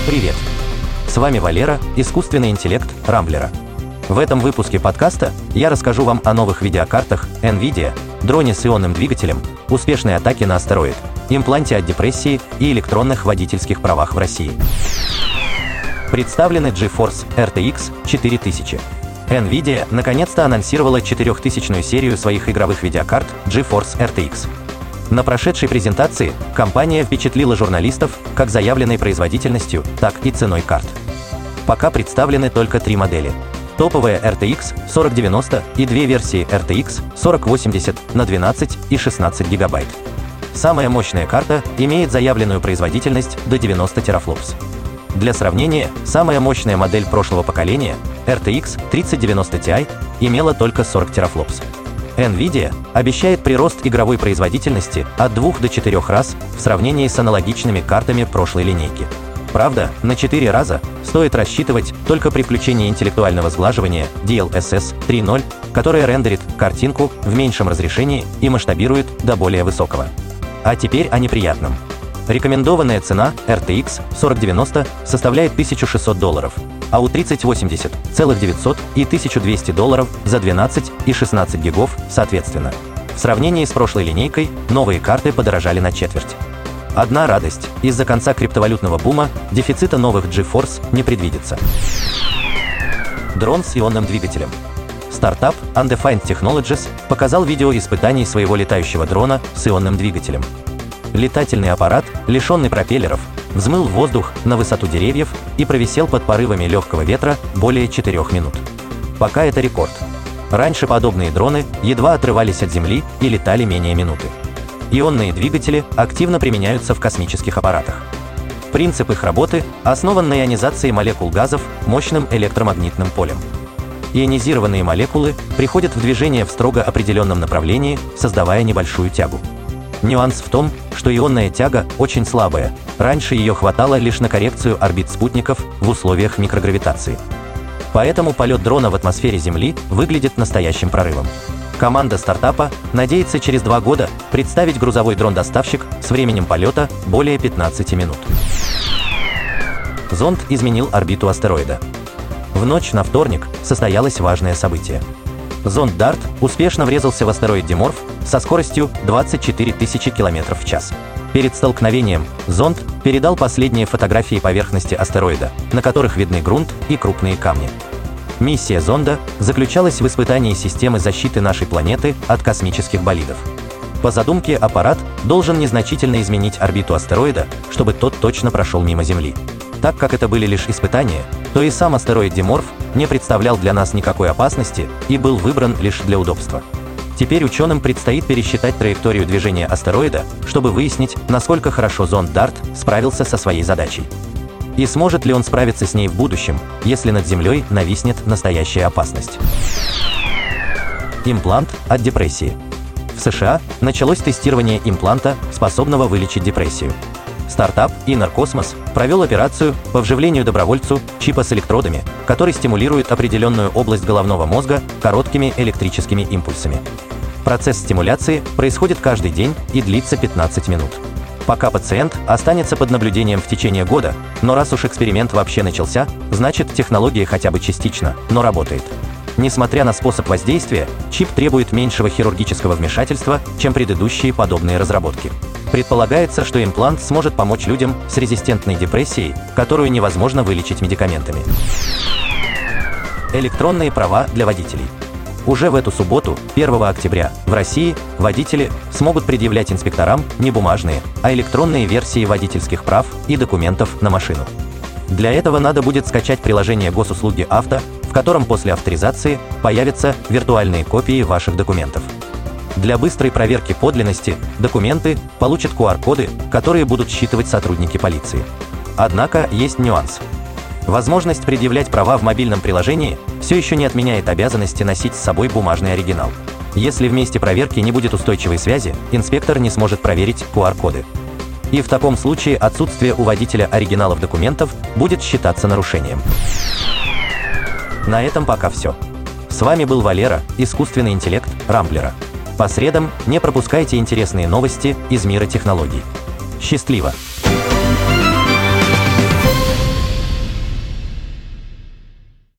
Привет! С вами Валера, искусственный интеллект Рамблера. В этом выпуске подкаста я расскажу вам о новых видеокартах NVIDIA, дроне с ионным двигателем, успешной атаке на астероид, импланте от депрессии и электронных водительских правах в России. Представлены GeForce RTX 4000. NVIDIA наконец-то анонсировала 4000-ю серию своих игровых видеокарт GeForce RTX. На прошедшей презентации компания впечатлила журналистов как заявленной производительностью, так и ценой карт. Пока представлены только 3 модели. Топовая RTX 4090 и 2 версии RTX 4080 на 12 и 16 ГБ. Самая мощная карта имеет заявленную производительность до 90 терафлопс. Для сравнения, самая мощная модель прошлого поколения, RTX 3090 Ti, имела только 40 терафлопс. NVIDIA обещает прирост игровой производительности от 2 до 4 раз в сравнении с аналогичными картами прошлой линейки. Правда, на 4 раза стоит рассчитывать только при включении интеллектуального сглаживания DLSS 3.0, которое рендерит картинку в меньшем разрешении и масштабирует до более высокого. А теперь о неприятном. Рекомендованная цена RTX 4090 составляет $1600, а у 3080 целых $900 и $1200 за 12 и 16 гигов соответственно. В сравнении с прошлой линейкой новые карты подорожали на четверть. Одна радость: из-за конца криптовалютного бума дефицита новых GeForce не предвидится. Дрон с ионным двигателем. Стартап Undefined Technologies показал видео испытаний своего летающего дрона с ионным двигателем. Летательный аппарат, лишенный пропеллеров, взмыл в воздух на высоту деревьев и провисел под порывами легкого ветра более 4 минут. Пока это рекорд. Раньше подобные дроны едва отрывались от земли и летали менее минуты. Ионные двигатели активно применяются в космических аппаратах. Принцип их работы основан на ионизации молекул газов мощным электромагнитным полем. Ионизированные молекулы приходят в движение в строго определенном направлении, создавая небольшую тягу. Нюанс в том, что ионная тяга очень слабая, раньше ее хватало лишь на коррекцию орбит спутников в условиях микрогравитации. Поэтому полет дрона в атмосфере Земли выглядит настоящим прорывом. Команда стартапа надеется через 2 года представить грузовой дрон-доставщик с временем полета более 15 минут. Зонд изменил орбиту астероида. В ночь на вторник состоялось важное событие. Зонд DART успешно врезался в астероид Диморф со скоростью 24 тысячи км в час. Перед столкновением зонд передал последние фотографии поверхности астероида, на которых видны грунт и крупные камни. Миссия зонда заключалась в испытании системы защиты нашей планеты от космических болидов. По задумке, аппарат должен незначительно изменить орбиту астероида, чтобы тот точно прошел мимо Земли. Так как это были лишь испытания, то и сам астероид Диморф не представлял для нас никакой опасности и был выбран лишь для удобства. Теперь ученым предстоит пересчитать траекторию движения астероида, чтобы выяснить, насколько хорошо зонд DART справился со своей задачей. И сможет ли он справиться с ней в будущем, если над Землей нависнет настоящая опасность. Имплант от депрессии. В США началось тестирование импланта, способного вылечить депрессию. Стартап Inner Cosmos провел операцию по вживлению добровольцу чипа с электродами, который стимулирует определенную область головного мозга короткими электрическими импульсами. Процесс стимуляции происходит каждый день и длится 15 минут. Пока пациент останется под наблюдением в течение года, но раз уж эксперимент вообще начался, значит технология хотя бы частично, но работает. Несмотря на способ воздействия, чип требует меньшего хирургического вмешательства, чем предыдущие подобные разработки. Предполагается, что имплант сможет помочь людям с резистентной депрессией, которую невозможно вылечить медикаментами. Электронные права для водителей. Уже в эту субботу, 1 октября, в России водители смогут предъявлять инспекторам не бумажные, а электронные версии водительских прав и документов на машину. Для этого надо будет скачать приложение Госуслуги Авто, в котором после авторизации появятся виртуальные копии ваших документов. Для быстрой проверки подлинности документы получат QR-коды, которые будут считывать сотрудники полиции. Однако есть нюанс. Возможность предъявлять права в мобильном приложении все еще не отменяет обязанности носить с собой бумажный оригинал. Если в месте проверки не будет устойчивой связи, инспектор не сможет проверить QR-коды. И в таком случае отсутствие у водителя оригиналов документов будет считаться нарушением. На этом пока все. С вами был Валера, искусственный интеллект Рамблера. По средам не пропускайте интересные новости из мира технологий. Счастливо!